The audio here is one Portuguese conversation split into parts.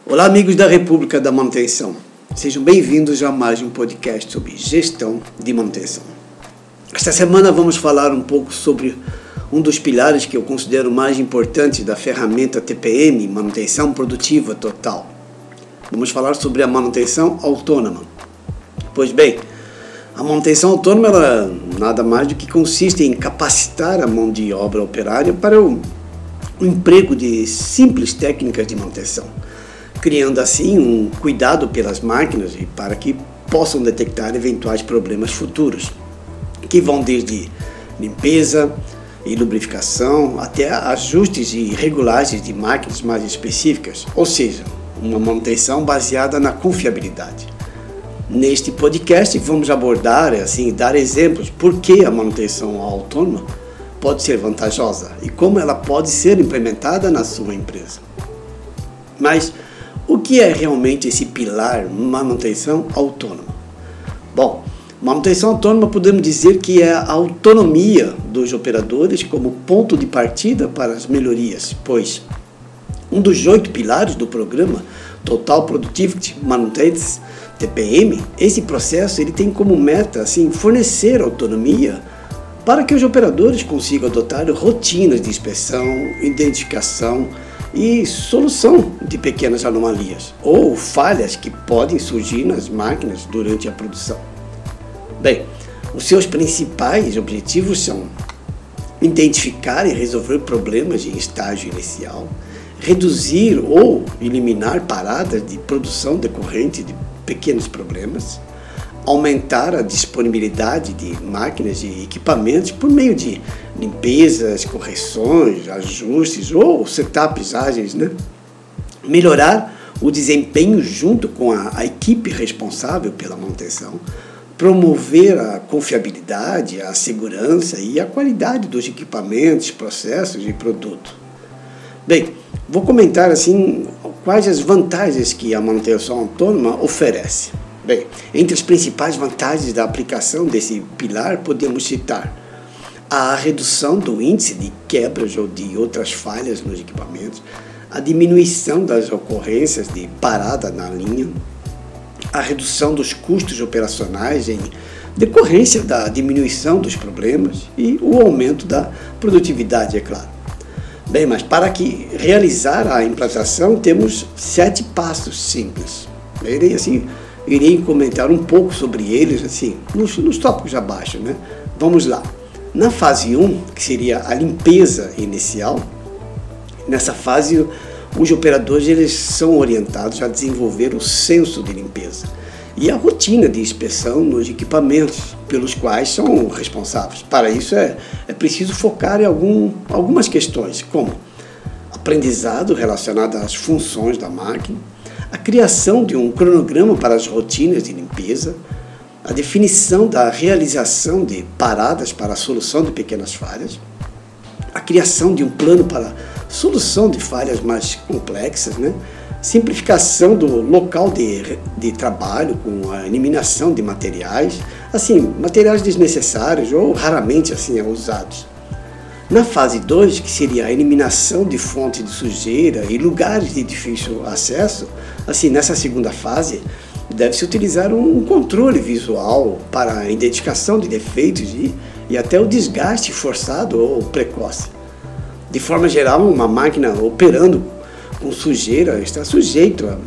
Olá, amigos da República da Manutenção. Sejam bem-vindos a mais um podcast sobre gestão de manutenção. Esta semana vamos falar um pouco sobre um dos pilares que eu considero mais importantes da ferramenta TPM, Manutenção Produtiva Total. Vamos falar sobre a manutenção autônoma. Pois bem, a manutenção autônoma ela nada mais do que consiste em capacitar a mão de obra operária para o emprego de simples técnicas de manutenção, criando assim um cuidado pelas máquinas e para que possam detectar eventuais problemas futuros, que vão desde limpeza e lubrificação até ajustes e regulagens de máquinas mais específicas, ou seja, uma manutenção baseada na confiabilidade. Neste podcast vamos abordar, dar exemplos por que a manutenção autônoma pode ser vantajosa e como ela pode ser implementada na sua empresa. Mas o que é realmente esse pilar manutenção autônoma? Bom, manutenção autônoma podemos dizer que é a autonomia dos operadores como ponto de partida para as melhorias, pois um dos 8 pilares do programa Total Productivity Maintenance TPM, esse processo ele tem como meta fornecer autonomia para que os operadores consigam adotar rotinas de inspeção, identificação e solução de pequenas anomalias ou falhas que podem surgir nas máquinas durante a produção. Bem, os seus principais objetivos são identificar e resolver problemas em estágio inicial, reduzir ou eliminar paradas de produção decorrente de pequenos problemas, aumentar a disponibilidade de máquinas e equipamentos por meio de limpezas, correções, ajustes ou setups ágeis, melhorar o desempenho junto com a equipe responsável pela manutenção, promover a confiabilidade, a segurança e a qualidade dos equipamentos, processos e produtos. Bem, vou comentar quais as vantagens que a manutenção autônoma oferece. Bem, entre as principais vantagens da aplicação desse pilar podemos citar a redução do índice de quebras ou de outras falhas nos equipamentos, a diminuição das ocorrências de parada na linha, a redução dos custos operacionais em decorrência da diminuição dos problemas e o aumento da produtividade, é claro. Bem, mas para realizar a implantação temos 7 passos simples. Irei comentar um pouco sobre eles nos tópicos abaixo, Vamos lá. Na fase 1, que seria a limpeza inicial, nessa fase os operadores eles são orientados a desenvolver o senso de limpeza e a rotina de inspeção nos equipamentos pelos quais são responsáveis. Para isso é preciso focar em algumas questões, como aprendizado relacionado às funções da máquina, a criação de um cronograma para as rotinas de limpeza, a definição da realização de paradas para a solução de pequenas falhas, a criação de um plano para a solução de falhas mais complexas, simplificação do local de trabalho com a eliminação de materiais, materiais desnecessários ou raramente usados. Na fase 2, que seria a eliminação de fontes de sujeira e lugares de difícil acesso, nessa segunda fase, deve-se utilizar um controle visual para a identificação de defeitos e até o desgaste forçado ou precoce. De forma geral, uma máquina operando com sujeira está sujeita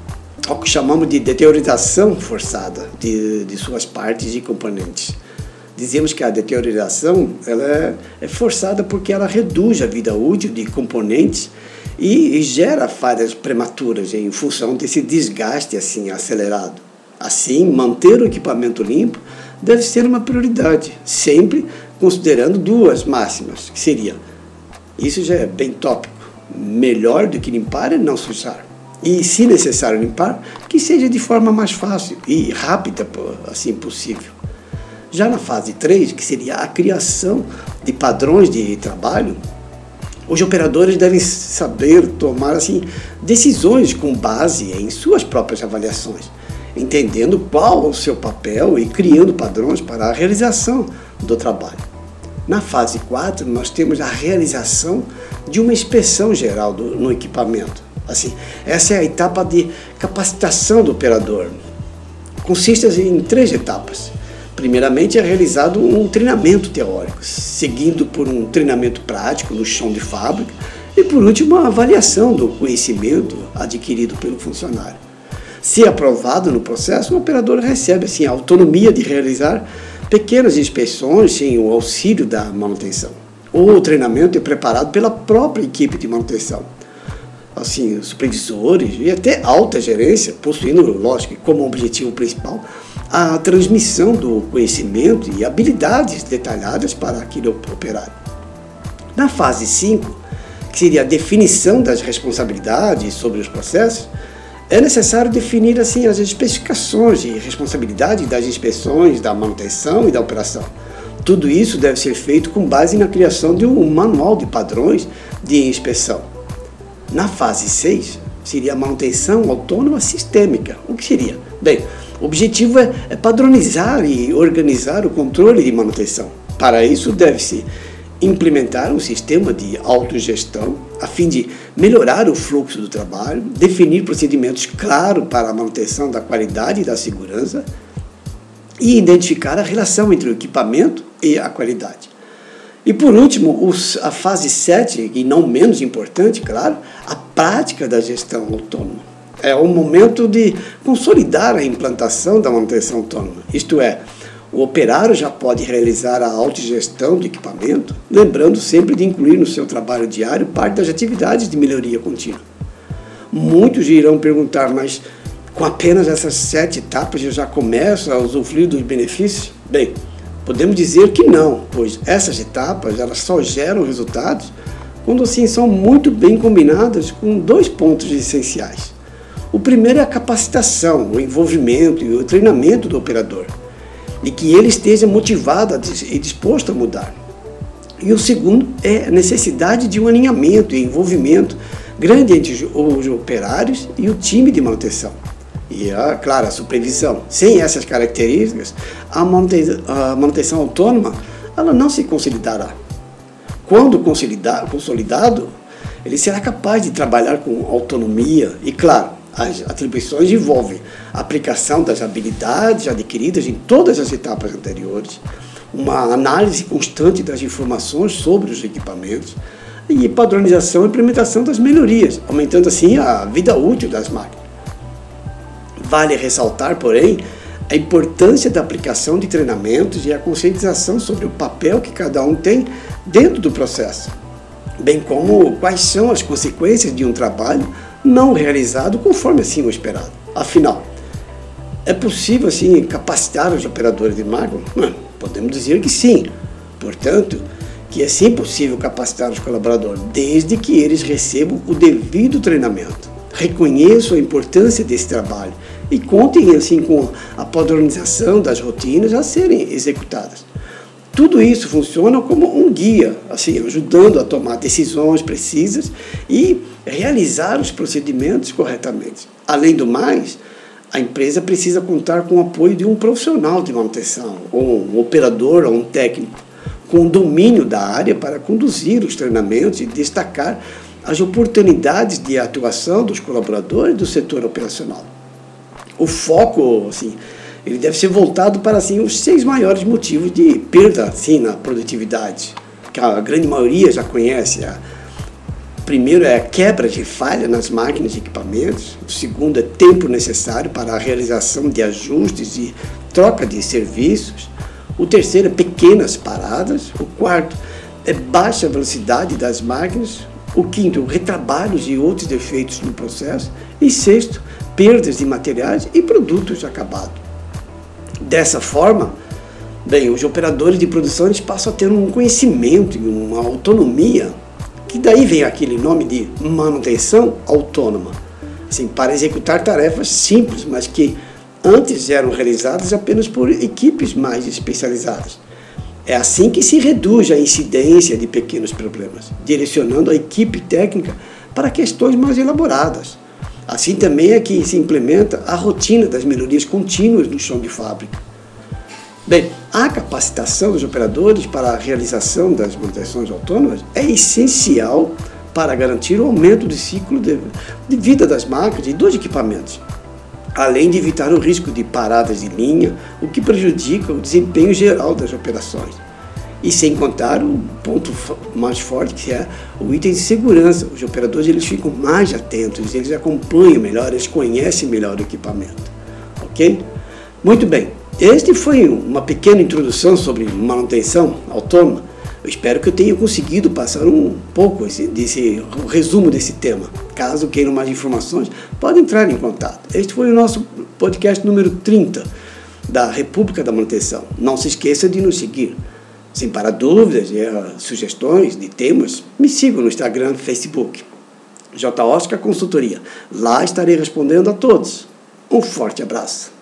ao que chamamos de deterioração forçada de suas partes e componentes. Dizemos que a deterioração ela é forçada porque ela reduz a vida útil de componentes e gera falhas prematuras em função desse desgaste acelerado. Manter o equipamento limpo deve ser uma prioridade, sempre considerando 2 máximas, que seria, isso já é bem tópico, melhor do que limpar é não sujar. E, se necessário limpar, que seja de forma mais fácil e rápida, possível. Já na fase 3, que seria a criação de padrões de trabalho, os operadores devem saber tomar decisões com base em suas próprias avaliações, entendendo qual é o seu papel e criando padrões para a realização do trabalho. Na fase 4, nós temos a realização de uma inspeção geral no equipamento, Assim, essa é a etapa de capacitação do operador. Consiste em 3 etapas. Primeiramente, é realizado um treinamento teórico, seguindo por um treinamento prático no chão de fábrica e, por último, a avaliação do conhecimento adquirido pelo funcionário. Se aprovado no processo, o operador recebe assim, a autonomia de realizar pequenas inspeções sem o auxílio da manutenção. O treinamento é preparado pela própria equipe de manutenção. Assim, supervisores e até alta gerência, possuindo, lógico, como objetivo principal a transmissão do conhecimento e habilidades detalhadas para aquele operário. Na fase 5, que seria a definição das responsabilidades sobre os processos, é necessário definir assim, as especificações e responsabilidade das inspeções, da manutenção e da operação. Tudo isso deve ser feito com base na criação de um manual de padrões de inspeção. Na fase 6, seria a manutenção autônoma sistêmica. O que seria? Bem, o objetivo é padronizar e organizar o controle de manutenção. Para isso, deve-se implementar um sistema de autogestão a fim de melhorar o fluxo do trabalho, definir procedimentos claros para a manutenção da qualidade e da segurança e identificar a relação entre o equipamento e a qualidade. E por último, a fase 7, e não menos importante, claro, a prática da gestão autônoma. É o momento de consolidar a implantação da manutenção autônoma, isto é, o operário já pode realizar a autogestão do equipamento, lembrando sempre de incluir no seu trabalho diário parte das atividades de melhoria contínua. Muitos irão perguntar, mas com apenas essas 7 etapas eu já começo a usufruir dos benefícios? Bem, podemos dizer que não, pois essas etapas elas só geram resultados quando assim são muito bem combinadas com 2 pontos essenciais. O primeiro é a capacitação, o envolvimento e o treinamento do operador, e que ele esteja motivado e disposto a mudar. E o segundo é a necessidade de um alinhamento e envolvimento grande entre os operários e o time de manutenção. E, claro, a supervisão. Sem essas características, a manutenção autônoma ela não se consolidará. Quando consolidado, ele será capaz de trabalhar com autonomia e, claro, as atribuições envolvem a aplicação das habilidades adquiridas em todas as etapas anteriores, uma análise constante das informações sobre os equipamentos e padronização e implementação das melhorias, aumentando assim a vida útil das máquinas. Vale ressaltar, porém, a importância da aplicação de treinamentos e a conscientização sobre o papel que cada um tem dentro do processo, bem como quais são as consequências de um trabalho não realizado conforme assim o esperado. Afinal, é possível assim capacitar os operadores de máquina? Podemos dizer que sim. Portanto, que é sim possível capacitar os colaboradores, desde que eles recebam o devido treinamento, reconheçam a importância desse trabalho e contem assim com a padronização das rotinas a serem executadas. Tudo isso funciona como um guia, assim, ajudando a tomar decisões precisas e realizar os procedimentos corretamente. Além do mais, a empresa precisa contar com o apoio de um profissional de manutenção, ou um operador, ou um técnico, com domínio da área para conduzir os treinamentos e destacar as oportunidades de atuação dos colaboradores do setor operacional. O foco, assim, ele deve ser voltado para assim, os 6 maiores motivos de perda assim, na produtividade, que a grande maioria já conhece. O primeiro é a quebra de falha nas máquinas e equipamentos. O segundo é tempo necessário para a realização de ajustes e troca de serviços. O terceiro é pequenas paradas. O quarto é baixa velocidade das máquinas. O quinto, retrabalhos e outros defeitos no processo. E sexto, perdas de materiais e produtos acabados. Dessa forma, bem, os operadores de produção eles passam a ter um conhecimento e uma autonomia, que daí vem aquele nome de manutenção autônoma, assim, para executar tarefas simples, mas que antes eram realizadas apenas por equipes mais especializadas. É assim que se reduz a incidência de pequenos problemas, direcionando a equipe técnica para questões mais elaboradas. Assim também é que se implementa a rotina das melhorias contínuas no chão de fábrica. Bem, a capacitação dos operadores para a realização das manutenções autônomas é essencial para garantir o aumento do ciclo de vida das máquinas e dos equipamentos, além de evitar o risco de paradas de linha, o que prejudica o desempenho geral das operações. E sem contar o ponto mais forte, que é o item de segurança. Os operadores eles ficam mais atentos, eles acompanham melhor, eles conhecem melhor o equipamento. Ok? Muito bem. Este foi uma pequena introdução sobre manutenção autônoma. Eu espero que eu tenha conseguido passar um pouco o resumo desse tema. Caso queiram mais informações, podem entrar em contato. Este foi o nosso podcast número 30 da República da Manutenção. Não se esqueça de nos seguir. Sem para dúvidas e sugestões de temas, me sigam no Instagram e Facebook. J. Oscar Consultoria. Lá estarei respondendo a todos. Um forte abraço.